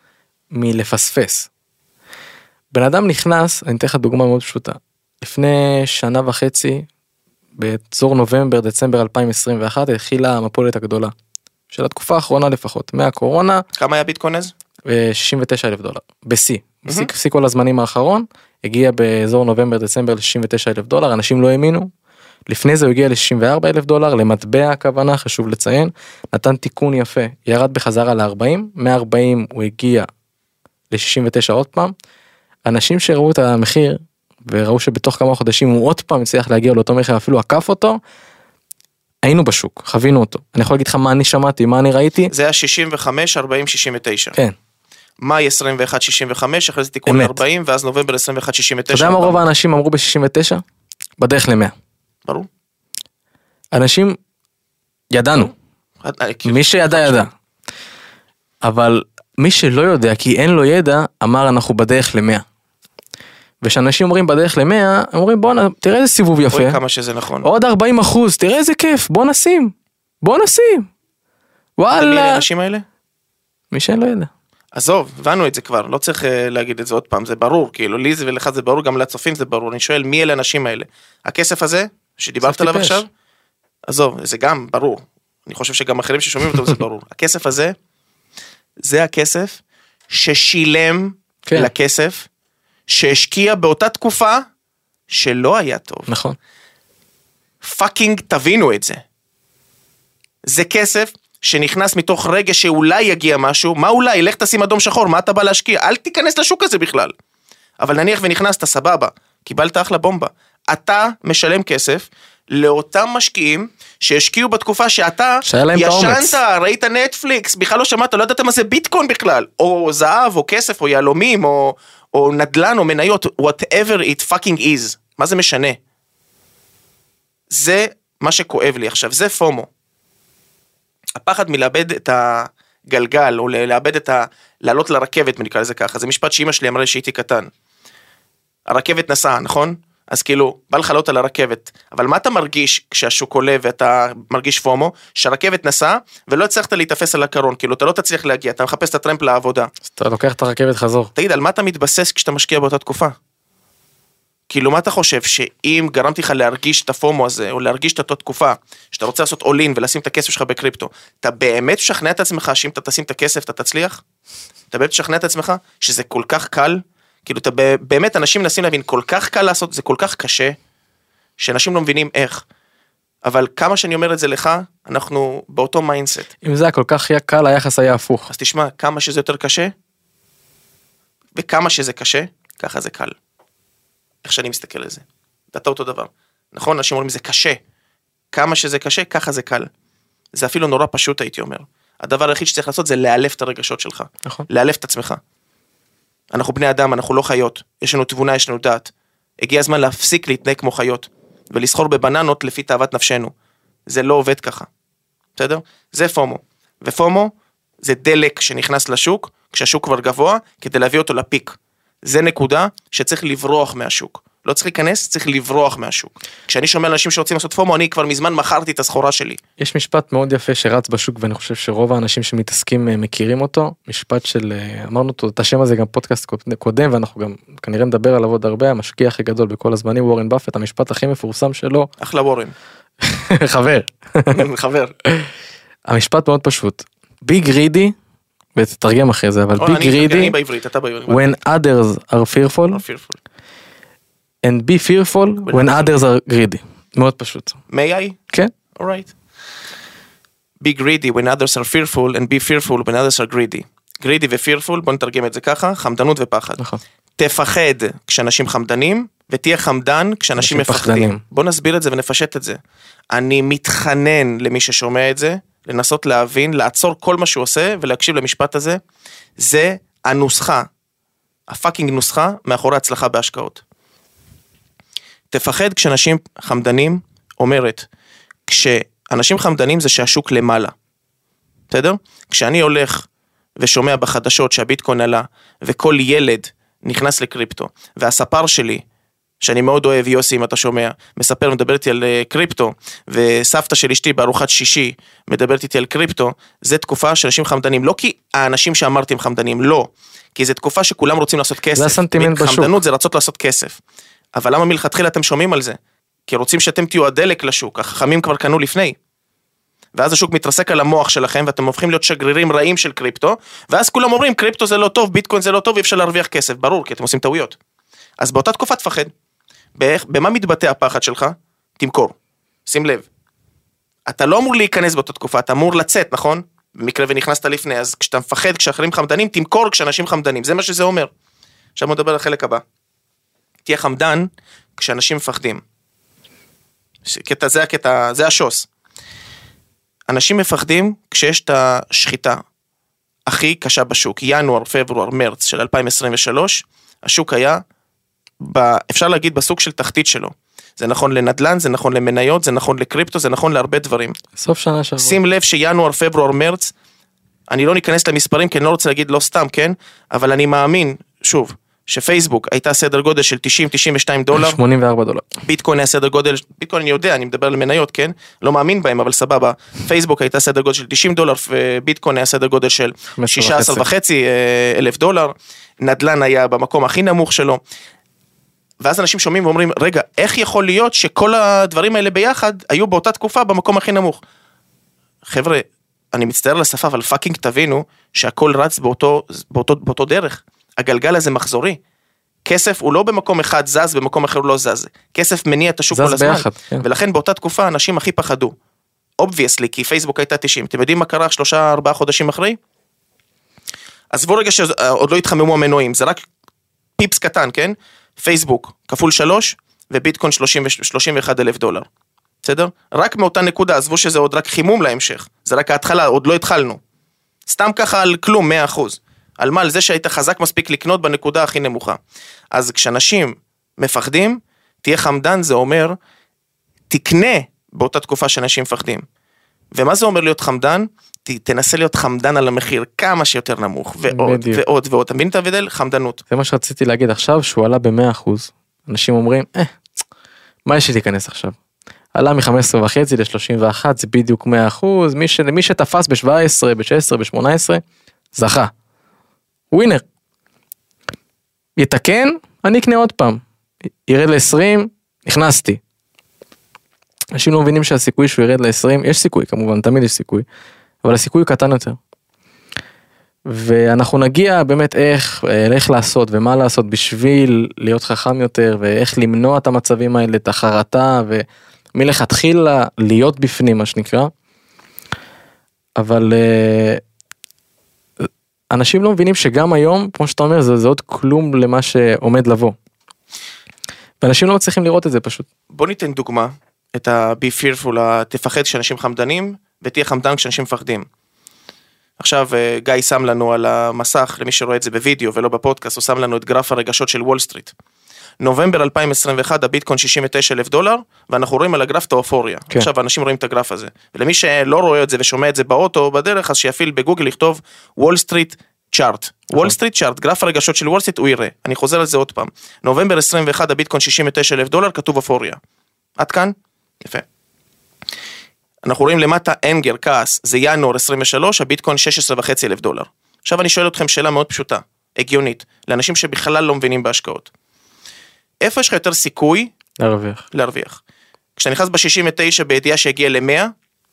מלפספס. בן אדם נכנס, אני אתן לך דוגמה מאוד פשוטה. לפני שנה וחצי, באזור נובמבר, דצמבר 2021, התחילה המפולת הגדולה. של התקופה האחרונה לפחות, מהקורונה. כמה היה ביטקוין אז? $69,000. בשיא. בשיא כל הזמנים האחרון, הגיע באזור נובמבר, דצמבר $69,000, אנשים לא האמינו. לפני זה הוא הגיע $64,000, למטבע הכוונה, חשוב לציין, נתן תיקון יפה, ירד בחזרה ל-40, מ-40 הוא הגיע ל-69 עוד פעם, אנשים שראו את המחיר, וראו שבתוך כמה חודשים הוא עוד פעם הצליח להגיע לאותו מחיר, אפילו עקף אותו, היינו בשוק, חווינו אותו, אני יכול להגיד לך מה אני שמעתי, מה אני ראיתי. זה היה 65, 40, 69. כן. מאי 21, 65, אחרי זה תיקון 40, ואז נובמבר 21, 69. אתה יודע מה רוב האנשים אמרו ב-69? בדרך ל-100. ברור. אנשים, ידענו. מי שידע ידע. אבל מי שלא יודע, כי אין לו ידע, אמר אנחנו בדרך ל-100. ושאנשים אומרים בדרך ל-100, אומרים בוא תראה איזה סיבוב יפה. רואה כמה שזה נכון. עוד 40%, תראה איזה כיף, בוא נשים. בוא נשים. וואלה. מי האנשים האלה? מי שאין לו ידע. עזוב, הבנו את זה כבר, לא צריך להגיד את זה עוד פעם, זה ברור, כאילו לי זה ולך זה ברור, גם לצופים זה ברור, אני שואל מי אלה האנשים האלה? הכסף הזה, שדיברת עליו עכשיו, עזוב, זה גם ברור, אני חושב שגם אחרים ששומעים אותו זה ברור, הכסף הזה, זה הכסף ששילם לכסף, שהשקיע באותה תקופה, שלא היה טוב. נכון. פאקינג תבינו את זה. זה כסף, שנכנס מתוך רגע שאולי יגיע משהו, מה אולי? לך תשים אדום שחור, מה אתה בא להשקיע? אל תיכנס לשוק הזה בכלל. אבל נניח ונכנסת, סבבה, קיבלת אחלה בומבה. אתה משלם כסף לאותם משקיעים שהשקיעו בתקופה שאתה ישנת, ראית נטפליקס, בכלל לא שמעת, לא ידעת מה זה ביטקוין בכלל, או זהב, או כסף, או יהלומים, או נדלן, או מניות, whatever it fucking is. מה זה משנה? זה מה שכואב לי עכשיו, זה פומו. הפחד מלאבד את הגלגל, או לאבד לעלות לרכבת, נקרא לזה ככה, זה משפט שאמא שלי אמרה לי שהייתי קטן. הרכבת נסעה, נכון? אז כאילו, בא לך לעלות על הרכבת, אבל מה אתה מרגיש כשהשוק עולה ואתה מרגיש פומו? שהרכבת נסעה ולא הצלחת להתאפס על הקרון, כאילו אתה לא תצליח להגיע, אתה מחפש את הטרמפ לעבודה. אז אתה לוקח את הרכבת חזור. תגיד, על מה אתה מתבסס כשאתה משקיע באותה תקופה? כאילו מה אתה חושב, שאם גרמתי לך להרגיש את הפומו הזה, או להרגיש את אותה תקופה, שאתה רוצה לעשות אולין ולשים את הכסף שלך בקריפטו, אתה באמת שכנע את עצמך שאם אתה תשים את הכסף אתה תצליח? אתה באמת שכנע את עצמך שזה כל כך קל? כאילו אתה באמת, אנשים מנסים להבין, כל כך קל לעשות, זה כל כך קשה, שאנשים לא מבינים איך. אבל כמה שאני אומר את זה לך, אנחנו באותו מיינדסט. אם זה היה כל כך קל, היחס היה הפוך. אז תשמע, כמה שזה יותר קשה, וכמה שזה קשה, ככה זה קל. איך שאני מסתכל על זה. אתה אותו דבר. נכון, אנשים אומרים, זה קשה. כמה שזה קשה, ככה זה קל. זה אפילו נורא פשוט, הייתי אומר. הדבר היחיד שצריך לעשות זה לאלף את הרגשות שלך. נכון. לאלף את עצמך. אנחנו בני אדם, אנחנו לא חיות. יש לנו תבונה, יש לנו דעת. הגיע הזמן להפסיק להתנהג כמו חיות, ולסחור בבננות לפי תאוות נפשנו. זה לא עובד ככה. בסדר? זה פומו. ופומו זה דלק שנכנס לשוק, כשהשוק כבר גבוה, כדי להביא אותו לפיק. זה נקודה שצריך לברוח מהשוק. לא צריך להיכנס, צריך לברוח מהשוק. כשאני שומע אנשים שרוצים לעשות פומו, אני כבר מזמן מכרתי את הסחורה שלי. יש משפט מאוד יפה שרץ בשוק, ואני חושב שרוב האנשים שמתעסקים מכירים אותו, משפט של, אמרנו אותו, את השם הזה גם פודקאסט קודם, ואנחנו גם כנראה נדבר עליו עוד הרבה, המשקיע הכי גדול בכל הזמנים, וורן באפט, המשפט הכי מפורסם שלו. אחלה וורן. חבר. חבר. המשפט מאוד פשוט. be greedy, ותתרגם אחרי זה, אבל be greedy, when others are fearful, and be fearful when others are greedy. מאוד פשוט. May I? כן. All right. Be greedy when others are fearful, and be fearful when others are greedy. greedy ו-fearful, בוא נתרגם את זה ככה, חמדנות ופחד. נכון. תפחד כשאנשים חמדנים, ותהיה חמדן כשאנשים מפחדים. בוא נסביר את זה ונפשט את זה. אני מתחנן למי ששומע את זה, לנסות להבין, לעצור כל מה שהוא עושה, ולהקשיב למשפט הזה. זה הנוסחה, הפאקינג נוסחה, מאחורי הצלחה בהשקעות. תפחד כשאנשים חמדנים, אומרת, כשאנשים חמדנים זה שהשוק למעלה. בסדר? כשאני הולך ושומע בחדשות שהביטקוין עלה, וכל ילד נכנס לקריפטו, והספר שלי, שאני מאוד אוהב, יוסי, אם אתה שומע, מספר, מדבר איתי על קריפטו, וסבתא של אשתי בארוחת שישי, מדברת איתי על קריפטו, זה תקופה של אנשים חמדנים, לא כי האנשים שאמרתי הם חמדנים, לא, כי זה תקופה שכולם רוצים לעשות כסף. זה הסנטימנט בשוק. חמדנות זה רצות לעשות כסף. אבל למה מלכתחילה אתם שומעים על זה? כי רוצים שאתם תהיו הדלק לשוק, החכמים כבר קנו לפני. ואז השוק מתרסק על המוח שלכם, ואתם הופכים להיות שגרירים רעים של קריפטו, ואז כולם אומרים, קריפטו זה לא טוב, ביטקוין זה לא טוב, ואפשר להרוויח כסף, ברור, כי אתם עושים טעויות. אז באותה תקופה תפחד. במה מתבטא הפחד שלך? תמכור. שים לב. אתה לא אמור להיכנס באותה תקופה, אתה אמור לצאת, נכון? במקרה ונכנסת לפני, אז כשאתה מפחד, כשאחרים חמדנים, תמכור כשאנשים חמדנים. זה מה שזה אומר. עכשיו נדבר על החלק הבא. תהיה חמדן כשאנשים מפחדים. זה השוס. אנשים מפחדים כשיש את השחיטה הכי קשה בשוק. ינואר, פברואר, מרץ של 2023, השוק היה, אפשר להגיד, בסוג של תחתית שלו. זה נכון לנדלן, זה נכון למניות, זה נכון לקריפטו, זה נכון להרבה דברים. סוף שנה שעברה. שים לב שינואר, פברואר, מרץ, אני לא ניכנס למספרים, כי אני לא רוצה להגיד לא סתם, כן? אבל אני מאמין, שוב, שפייסבוק הייתה סדר גודל של $90-92. 84 דולר. ביטקוין היה סדר גודל, ביטקוין אני יודע, אני מדבר על מניות, כן? לא מאמין בהם, אבל סבבה. פייסבוק הייתה סדר גודל של $90, וביטקוין היה סדר גודל של $16,500. נדל"ן היה במקום הכי נמוך שלו. ואז אנשים שומעים ואומרים, רגע, איך יכול להיות שכל הדברים האלה ביחד היו באותה תקופה במקום הכי נמוך? חבר'ה, אני מצטער לשפה, אבל פאקינג תבינו שהכל רץ באותו דרך. הגלגל הזה מחזורי. כסף הוא לא במקום אחד זז, במקום אחר לא זז. כסף מניע את השוק כל הזמן. ביחד, כן. ולכן באותה תקופה אנשים הכי פחדו. obviously, כי פייסבוק הייתה 90. אתם יודעים מה קרה 3-4 חודשים אחרי? עזבו רגע שעוד לא התחממו המנועים, זה רק פיפס קטן, כן? פייסבוק כפול 3, וביטקוין $31,000. בסדר? רק מאותה נקודה, עזבו שזה עוד רק חימום להמשך. זה רק ההתחלה, עוד לא התחלנו. סתם ככה על כלום, 100%. על מה? על זה שהיית חזק מספיק לקנות בנקודה הכי נמוכה. אז כשאנשים מפחדים, תהיה חמדן, זה אומר, תקנה באותה תקופה שאנשים מפחדים. ומה זה אומר להיות חמדן? תנסה להיות חמדן על המחיר כמה שיותר נמוך, ועוד ועוד ועוד. אתה מבין את ההבדל? חמדנות. זה מה שרציתי להגיד עכשיו, שהוא עלה ב100%. אנשים אומרים, מה יש לי להיכנס עכשיו? עלה מ-15.5 ל-31, זה בדיוק 100%, מי שתפס ב-17, ב-16, ב-18, זכה. ווינר. יתקן, אני אקנה עוד פעם. ירד ל-20, נכנסתי. אנשים לא מבינים שהסיכוי שהוא ירד ל-20, יש סיכוי כמובן, תמיד יש סיכוי, אבל הסיכוי הוא קטן יותר. ואנחנו נגיע באמת איך לעשות ומה לעשות בשביל להיות חכם יותר, ואיך למנוע את המצבים האלה, את החרטה, ומלכתחילה להיות בפנים, מה שנקרא. אבל אנשים לא מבינים שגם היום, כמו שאתה אומר, זה עוד כלום למה שעומד לבוא. ואנשים לא מצליחים לראות את זה פשוט. בוא ניתן דוגמה, את ה-be fearful, תפחד כשאנשים חמדנים, ותהיה חמדן כשאנשים מפחדים. עכשיו גיא שם לנו על המסך, למי שרואה את זה בווידאו ולא בפודקאסט, הוא שם לנו את גרף הרגשות של וול סטריט. נובמבר 2021, הביטקוין $69,000, ואנחנו רואים על הגרף את האופוריה. כן. עכשיו אנשים רואים את הגרף הזה. ולמי שלא רואה את זה ושומע את זה באוטו או בדרך, אז שיפיל בגוגל לכתוב וול סטריט צ'ארט. וול סטריט צ'ארט, גרף הרגשות של וול סטריט, הוא יראה. אני חוזר על זה עוד פעם. נובמבר 21, הביטקוין $69,000, כתוב אופוריה. עד כאן? יפה. אנחנו רואים למטה אנגר, כעס, זה ינואר 23, הביטקוין $16,500. עכשיו אני שואל אתכם שאלה מאוד פשוטה, הגיונית, לאנשים שבכלל לא מבינים בהשקעות. איפה יש לך יותר סיכוי? להרוויח. כשאתה נכנס ב-69 בידיעה שהגיע ל-100,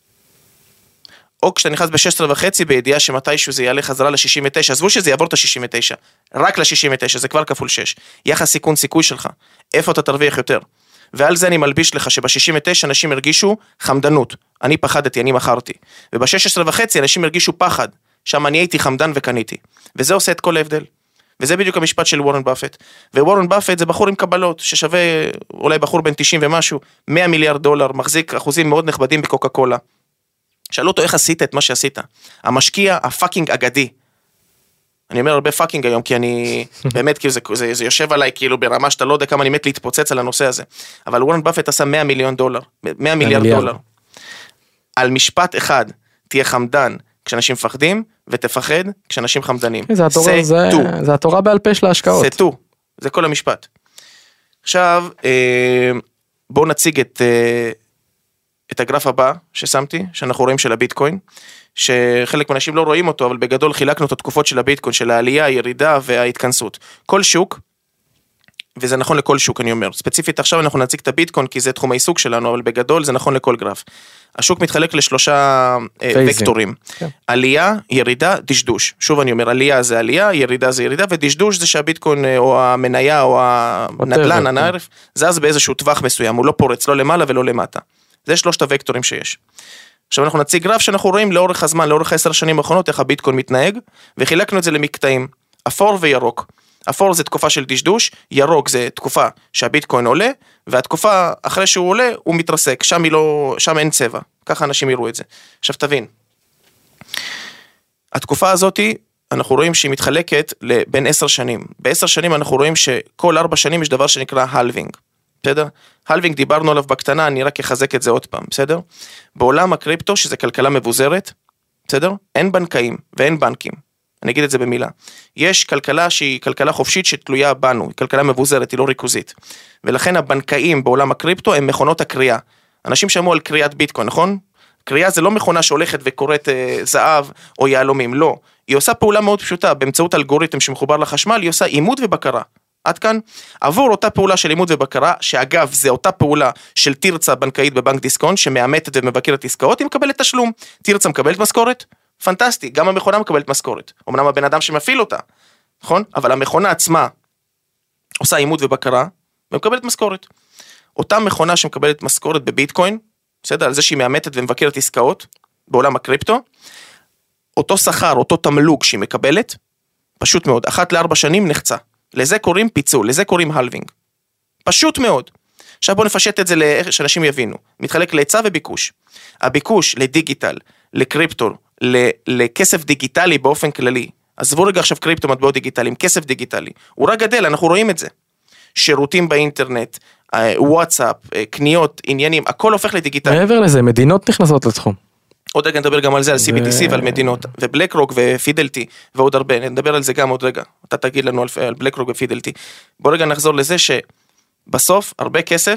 או כשאתה נכנס ב-16.5 בידיעה שמתישהו זה יעלה חזרה ל-69, עזבו שזה יעבור את ה-69, רק ל-69, זה כבר כפול 6. יחס סיכון סיכוי שלך, איפה אתה תרוויח יותר? ועל זה אני מלביש לך שב-69 אנשים הרגישו חמדנות, אני פחדתי, אני מכרתי, וב-16.5 אנשים הרגישו פחד, שם אני הייתי חמדן וקניתי, וזה עושה את כל ההבדל, וזה בדיוק המשפט של וורן באפט, ווורן באפט זה בחור עם קבלות, ששווה אולי בחור בין 90 ומשהו, $100 מיליארד, מחזיק אחוזים מאוד נכבדים בקוקה קולה, שאלו אותו איך עשית את מה שעשית, המשקיע הפאקינג אגדי, אני אומר הרבה פאקינג היום, כי אני, באמת, כאילו זה יושב עליי, כאילו ברמה שאתה לא יודע כמה אני מת להתפוצץ על הנושא הזה, אבל וורן באפט עשה $100 מיליארד, על משפט אחד, תהיה חמדן כשאנשים מפחדים, ותפחד כשאנשים חמדנים. זה התורה בעל פה של ההשקעות. זה טו, זה כל המשפט. עכשיו, בואו נציג את הגרף הבא ששמתי, שאנחנו רואים של הביטקוין, שחלק מהאנשים לא רואים אותו, אבל בגדול חילקנו את התקופות של הביטקוין, של העלייה, הירידה וההתכנסות. כל שוק, וזה נכון לכל שוק, אני אומר, ספציפית עכשיו אנחנו נציג את הביטקוין, כי זה תחום העיסוק שלנו, אבל בגדול זה נכון לכל גרף. השוק מתחלק לשלושה וקטורים. עלייה, ירידה, דשדוש. שוב אני אומר, עלייה זה עלייה, ירידה זה ירידה, ודשדוש זה שהביטקוין או המניה או הנדל"ן, הנערף, זז באיזשהו טווח מסוים, הוא לא פורץ, לא למעלה ולא למטה. זה שלושת הוקטורים שיש. עכשיו אנחנו נציג גרף שאנחנו רואים לאורך הזמן, לאורך 10 שנים האחרונות, איך הביטקוין מתנהג, וחילקנו את זה למקטעים, אפור וירוק. אפור זה תקופה של דשדוש, ירוק זה תקופה שהביטקוין עולה, והתקופה אחרי שהוא עולה, הוא מתרסק, שם אין צבע, ככה אנשים יראו את זה. עכשיו תבין, התקופה הזאת, אנחנו רואים שהיא מתחלקת בין 10 שנים, ב10 שנים אנחנו רואים שכל 4 שנים יש דבר שנקרא הלווינג, בסדר? הלווינג דיברנו עליו בקטנה, אני רק אחזק את זה עוד פעם, בסדר? בעולם הקריפטו, שזה כלכלה מבוזרת, בסדר? אין בנקאים ואין בנקים. אני אגיד את זה במילה. יש כלכלה שהיא כלכלה חופשית שתלויה בנו, היא כלכלה מבוזרת, היא לא ריכוזית. ולכן הבנקאים בעולם הקריפטו הם מכונות הקריאה. אנשים שמעו על קריאת ביטקוין, נכון? קריאה זה לא מכונה שהולכת וקוראת זהב או יהלומים, לא. היא עושה פעולה מאוד פשוטה, באמצעות אלגוריתם שמחובר לחשמל, היא עושה אימות ובקרה. עד כאן, עבור אותה פעולה של אימות ובקרה, שאגב זה אותה פעולה של תרצה בנקאית בבנק דיסקונט, שמאמתת ומבקרת עסקאות, היא מקבלת תשלום. תרצה מקבלת משכורת? פנטסטי, גם המכונה מקבלת משכורת. אמנם הבן אדם שמפעיל אותה, נכון? אבל המכונה עצמה עושה אימות ובקרה, ומקבלת משכורת. אותה מכונה שמקבלת משכורת בביטקוין, בסדר? על זה שהיא מאמתת ומבקרת עסקאות, בעולם הקריפטו, אותו שכר, אותו תמלוג שהיא מקבלת, פשוט מאוד, 1 ל4 שנים נחצה. לזה קוראים פיצול, לזה קוראים הלווינג. פשוט מאוד. עכשיו בואו נפשט את זה שאנשים יבינו. מתחלק להיצע וביקוש. הביקוש לדיגיטל, לקריפטו, לכסף דיגיטלי באופן כללי. עזבו רגע עכשיו קריפטו מטבעות דיגיטליים, כסף דיגיטלי. הוא רק גדל, אנחנו רואים את זה. שירותים באינטרנט, וואטסאפ, קניות, עניינים, הכל הופך לדיגיטלי. מעבר לזה, מדינות נכנסות לתחום. עוד רגע נדבר גם על זה, על CBDC ועל מדינות, ובלק רוק ופידלטי, ועוד הרבה, נדבר על זה גם עוד רגע, אתה תגיד לנו על בלק רוק ופידלטי. בוא רגע נחזור לזה שבסוף, הרבה כסף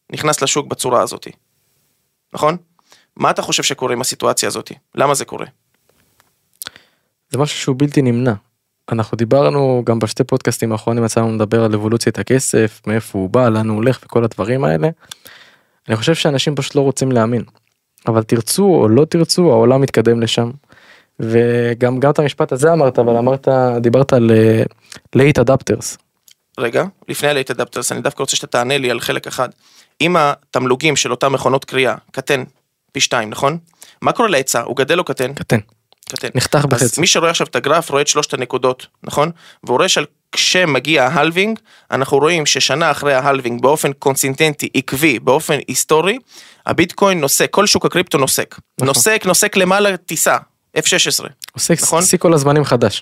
נכנס לשוק בצורה הזאת. נכון? מה אתה חושב שקורה עם הסיטואציה הזאת? למה זה קורה? זה משהו שהוא בלתי נמנע. אנחנו דיברנו גם בשתי פודקאסטים האחרונים, יצאנו לדבר על אבולוציית הכסף, מאיפה הוא בא, לאן הוא הולך וכל הדברים האלה. אני חושב שאנשים פשוט לא רוצים להאמין. אבל תרצו או לא תרצו, העולם מתקדם לשם. וגם את המשפט הזה אמרת, אבל דיברת על late adapters. רגע, לפני ה-late adapters, אני דווקא רוצה שאתה תענה לי על חלק אחד. אם התמלוגים של אותם מכונות קריאה קטן פי 2, נכון? מה קורה להיצע? הוא גדל או קטן? קטן. נחתך בחצי. אז מי שרואה עכשיו את הגרף רואה את 3 הנקודות, נכון? והוא רואה כשמגיע ההלווינג, אנחנו רואים ששנה אחרי ההלווינג, באופן קונסיסטנטי, עקבי, באופן היסטורי, הביטקוין נוסק, כל שוק הקריפטו נוסק. נוסק למעלה טיסה, F16. עוסק, נכון? שיא כל הזמנים חדש.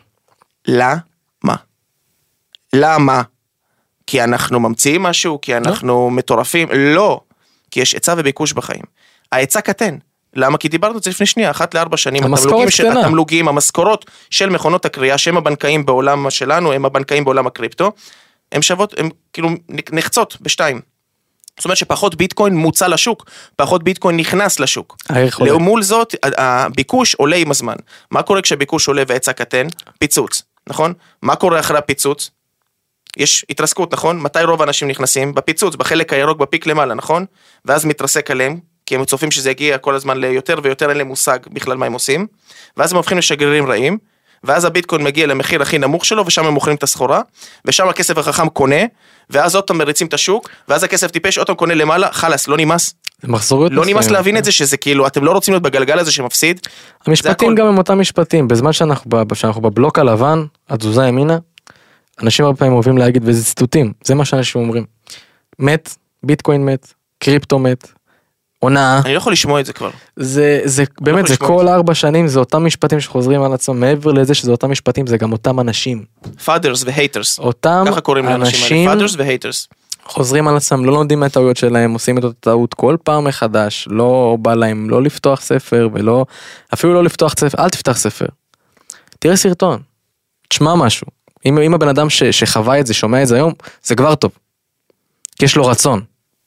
למה? כי אנחנו ממציאים משהו, כי אנחנו מטורפים? לא. כי יש היצע וביקוש בחיים. ההיצע קטן. למה? כי דיברנו את זה לפני שנייה, 1-4 שנים, התמלוגים, המשכורות של מכונות הקריאה, שהם הבנקאים בעולם שלנו, הם הבנקאים בעולם הקריפטו, הם שוות, הם כאילו נחצות בשתיים. זאת אומרת שפחות ביטקוין מוצא לשוק, פחות ביטקוין נכנס לשוק. מול זאת, הביקוש עולה עם הזמן. מה קורה כשהביקוש עולה והיצע קטן? פיצוץ, נכון? מה קורה אחרי הפיצוץ? יש התרסקות, נכון? מתי רוב האנשים נכנסים? בפיצוץ, בחלק הירוק, בפיק למעלה, נכון? ואז מתרסק עליהם, כי הם צופים שזה יגיע כל הזמן ליותר ויותר, אין להם מושג בכלל מה הם עושים, ואז הם הופכים לשגרירים רעים, ואז הביטקוין מגיע למחיר הכי נמוך שלו, ושם הם מוכרים את הסחורה, ושם הכסף החכם קונה, ואז עוד פעם מריצים את השוק, ואז הכסף טיפש, עוד פעם קונה למעלה, חלס, לא נמאס. לא נמאס להבין את זה, שזה כאילו, אתם לא רוצים להיות בגלגל הזה שמפסיד. המשפטים גם הם אותם משפטים, בזמן שאנחנו בבלוק הלבן, התזוזה ימינה, אנשים הרבה פעמים אוהבים להגיד, וזה ציטוטים, זה מה שאנשים אומרים. מת, ביטקוין מת, קריפטו מת, עונה. אני לא יכול לשמוע את זה כבר. זה באמת, זה כל 4 שנים, זה אותם משפטים שחוזרים על עצמם, מעבר לזה שזה אותם משפטים, זה גם אותם אנשים. fathers והייטרס. אותם ככה קוראים לאנשים האלה, fathers והייטרס. חוזרים על עצמם, לא לומדים מהטעויות שלהם, עושים את אותה טעות כל פעם מחדש, לא בא להם לא לפתוח ספר, אפילו לא לפתוח ספר, אל תפתח ספר. תראה סרטון, תשמע משהו. אם הבן אדם שחווה את זה, שומע את זה היום, זה כבר טוב. כי יש לו רצון.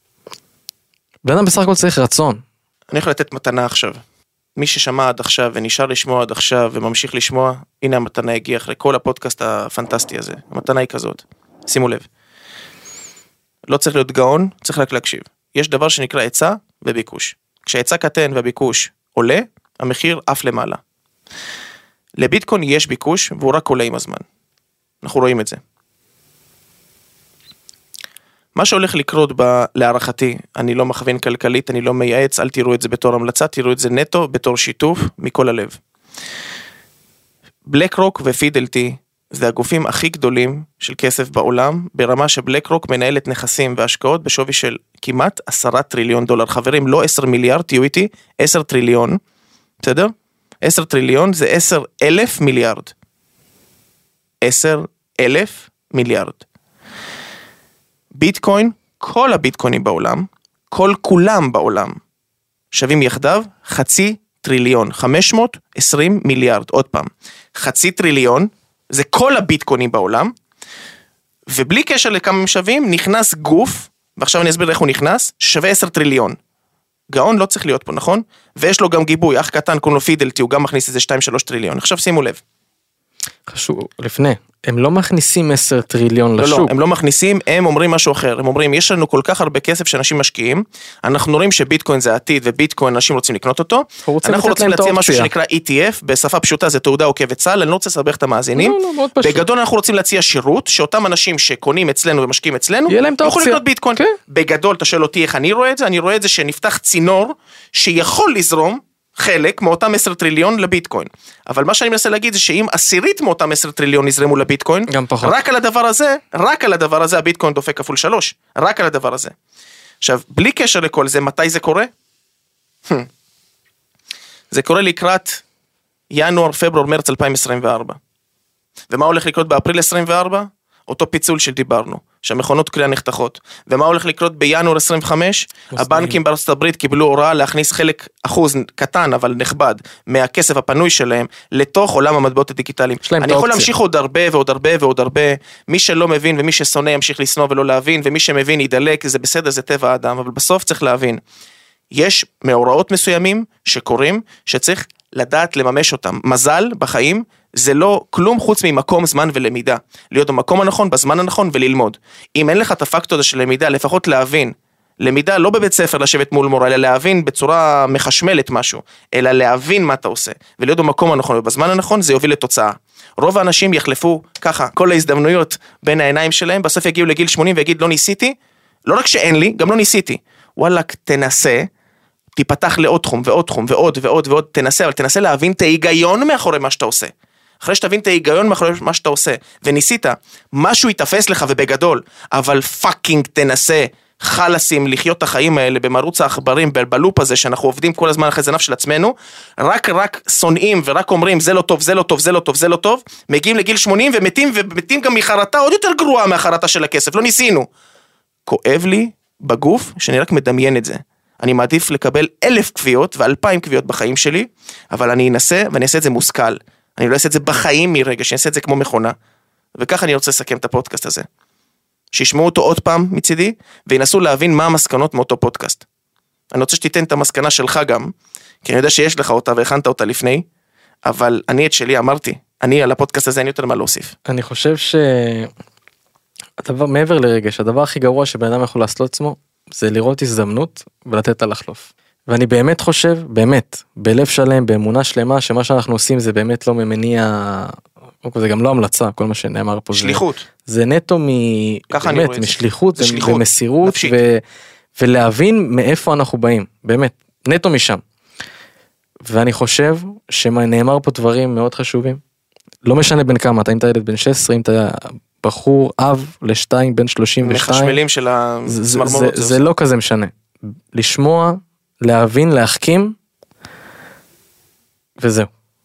בן אדם בסך הכל צריך רצון. אני יכול לתת מתנה עכשיו. מי ששמע עד עכשיו ונשאר לשמוע עד עכשיו וממשיך לשמוע, הנה המתנה הגיעה אחרי כל הפודקאסט הפנטסטי הזה. המתנה היא כזאת. שימו לב. לא צריך להיות גאון, צריך רק להקשיב. יש דבר שנקרא היצע וביקוש. כשהיצע קטן והביקוש עולה, המחיר אף למעלה. לביטקוין יש ביקוש והוא רק עולה עם הזמן. אנחנו רואים את זה. מה שהולך לקרות להערכתי, אני לא מכוון כלכלית, אני לא מייעץ, אל תראו את זה בתור המלצה, תראו את זה נטו בתור שיתוף מכל הלב. בלק רוק ופידלטי זה הגופים הכי גדולים של כסף בעולם, ברמה שבלק רוק מנהלת נכסים והשקעות בשווי של כמעט 10 טריליון דולר. חברים, לא 10 מיליארד, תהיו איתי, 10 טריליון, בסדר? 10 טריליון זה 10,000 מיליארד. 10,000 מיליארד. ביטקוין, כל הביטקוינים בעולם, כולם בעולם, שווים יחדיו 0.5 טריליון, 520 מיליארד, עוד פעם, 0.5 טריליון, זה כל הביטקוינים בעולם, ובלי קשר לכמה הם שווים, נכנס גוף, ועכשיו אני אסביר איך הוא נכנס, ששווה 10 טריליון. גאון לא צריך להיות פה, נכון? ויש לו גם גיבוי, אח קטן, קוראים לו פידלטי, הוא גם מכניס איזה 2-3 טריליון. עכשיו שימו לב. חשוב, לפני, הם לא מכניסים 10 טריליון לשוק. לא, הם לא מכניסים, הם אומרים משהו אחר. הם אומרים, יש לנו כל כך הרבה כסף שאנשים משקיעים, אנחנו רואים שביטקוין זה העתיד, וביטקוין אנשים רוצים לקנות אותו, אנחנו רוצים להציע משהו שנקרא ETF, בשפה פשוטה זה תעודה עוקבת צה"ל, אני לא רוצה לסבך את המאזינים. בגדול אנחנו רוצים להציע שירות, שאותם אנשים שקונים אצלנו ומשקיעים אצלנו, יכולים לקנות ביטקוין. בגדול, אתה שואל אותי איך אני רואה את זה? אני רואה את זה שנפתח צינור שיכול לזרום חלק מאותם 10 טריליון לביטקוין. אבל מה שאני מנסה להגיד זה שאם 10 מאותם 10 טריליון יזרמו לביטקוין, רק על הדבר הזה הביטקוין דופק כפול 3. רק על הדבר הזה. עכשיו, בלי קשר לכל זה, מתי זה קורה? זה קורה לקראת ינואר, פברואר, מרץ 2024. ומה הולך לקרות באפריל 24? אותו פיצול שדיברנו. שהמכונות קריאה נחתכות. ומה הולך לקרות בינואר 25? הבנקים בארצות הברית קיבלו הוראה להכניס אחוז קטן אבל נכבד מהכסף הפנוי שלהם לתוך עולם המטבעות הדיגיטליים. אני יכול להמשיך עוד הרבה ועוד הרבה ועוד הרבה. מי שלא מבין ומי ששונא ימשיך לשנוא ולא להבין, ומי שמבין ידלק, זה בסדר, זה טבע האדם, אבל בסוף צריך להבין. יש מאורעות מסוימים שקורים, שצריך לדעת לממש אותם. מזל בחיים זה לא כלום חוץ ממקום, זמן ולמידה. להיות במקום הנכון, בזמן הנכון וללמוד. אם אין לך את הפקטור הזה של למידה, לפחות להבין. למידה לא בבית ספר לשבת מול מורה, אלא להבין בצורה מחשמלת משהו, אלא להבין מה אתה עושה. ולהיות במקום הנכון ובזמן הנכון, זה יוביל לתוצאה. רוב האנשים יחלפו ככה, כל ההזדמנויות בין העיניים שלהם, בסוף יגיעו לגיל 80 ויגיד לא ניסיתי, לא רק שאין לי, גם לא ניסיתי. וואלה, תנסה, תיפתח לעוד תחום ועוד תחום ועוד ועוד ועוד, תנסה, אבל תנסה להבין את ההיגיון מאחורי מה שאתה עושה. אחרי שתבין את ההיגיון מאחורי מה שאתה עושה, וניסית, משהו יתפס לך ובגדול, אבל פאקינג תנסה, חלסים, לחיות את החיים האלה במרוץ האחברים, בלופ הזה שאנחנו עובדים כל הזמן אחרי זנב של עצמנו, רק שונאים ורק אומרים זה לא טוב, זה לא טוב, זה לא טוב, זה לא טוב, מגיעים לגיל 80 ומתים גם מחרטה עוד יותר גרועה מהחרטה של הכסף, לא ניסינו. כואב לי בגוף שאני רק מדמיין את זה. אני מעדיף לקבל 1,000 קביעות ו2,000 קביעות בחיים שלי, אבל אני אנסה ואני אעשה את זה מושכל. אני לא אעשה את זה בחיים מרגע, שאני אעשה את זה כמו מכונה. וכך אני רוצה לסכם את הפודקאסט הזה. שישמעו אותו עוד פעם מצידי, וינסו להבין מה המסקנות מאותו פודקאסט. אני רוצה שתיתן את המסקנה שלך גם, כי אני יודע שיש לך אותה והכנת אותה לפני, אבל אני את שלי אמרתי, אני על הפודקאסט הזה אין יותר מה להוסיף. אני חושב שהדבר, מעבר לרגש, הדבר הכי גרוע שבן אדם יכול לעשות לעצמו, זה לראות הזדמנות ולתת לה לחלוף. ואני באמת חושב, באמת, בלב שלם, באמונה שלמה, שמה שאנחנו עושים זה באמת לא ממניע, זה גם לא המלצה, כל מה שנאמר פה. שליחות. זה נטו באמת, משליחות ומסירות, ולהבין מאיפה אנחנו באים, באמת, נטו משם. ואני חושב שנאמר פה דברים מאוד חשובים, לא משנה בין כמה, אם אתה ילד בן 16, אם אתה בחור אב לשתיים, בן 32, מחשמלים של הזמרמורות. זה לא כזה משנה. לשמוע, להבין, להחכים, וזהו.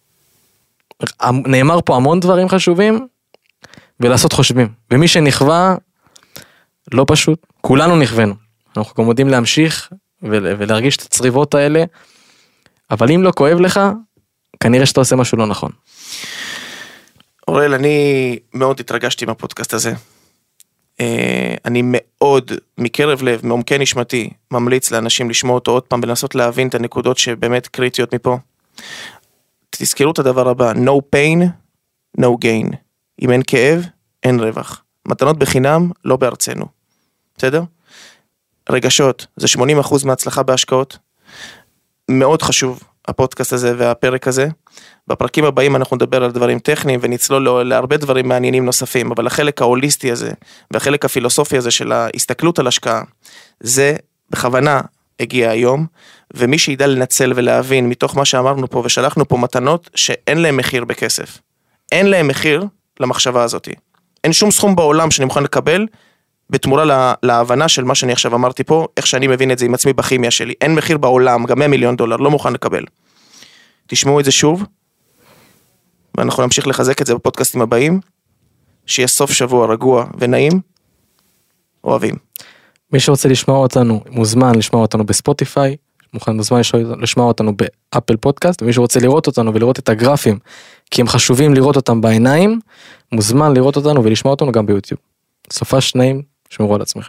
נאמר פה המון דברים חשובים, ולעשות חושבים. ומי שנכווה, לא פשוט, כולנו נכוונו. אנחנו גם יודעים להמשיך, ולהרגיש את הצריבות האלה, אבל אם לא כואב לך, כנראה שאתה עושה משהו לא נכון. אוראל, אני מאוד התרגשתי מהפודקאסט הזה. אני מאוד, מקרב לב, מעומקי נשמתי, ממליץ לאנשים לשמוע אותו עוד פעם, ולנסות להבין את הנקודות שבאמת קריטיות מפה. תזכרו את הדבר הבא, no pain, no gain. אם אין כאב, אין רווח. מתנות בחינם, לא בארצנו. בסדר? רגשות, זה 80% מההצלחה בהשקעות. מאוד חשוב הפודקאסט הזה והפרק הזה. בפרקים הבאים אנחנו נדבר על דברים טכניים ונצלול להרבה דברים מעניינים נוספים, אבל החלק ההוליסטי הזה והחלק הפילוסופי הזה של ההסתכלות על השקעה, זה בכוונה הגיע היום, ומי שידע לנצל ולהבין מתוך מה שאמרנו פה ושלחנו פה מתנות שאין להם מחיר בכסף. אין להם מחיר למחשבה הזאת. אין שום סכום בעולם שאני מוכן לקבל בתמורה להבנה של מה שאני עכשיו אמרתי פה, איך שאני מבין את זה עם עצמי בכימיה שלי. אין מחיר בעולם, גם $100 מיליון, לא מוכן לקבל. תשמעו את זה שוב, ואנחנו נמשיך לחזק את זה בפודקאסטים הבאים, שיהיה סוף שבוע רגוע ונעים, אוהבים. מי שרוצה לשמוע אותנו, מוזמן לשמוע אותנו בספוטיפיי, מוזמן לשמוע אותנו באפל פודקאסט, ומי שרוצה לראות אותנו ולראות את הגרפים, כי הם חשובים לראות אותם בעיניים, מוזמן לראות אותנו ולשמוע אותנו גם ביוטיוב. סופה שניים, שמרו על עצמכם.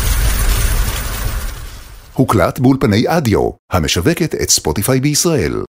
הוקלט באולפני אדיו, המשווקת את ספוטיפיי בישראל.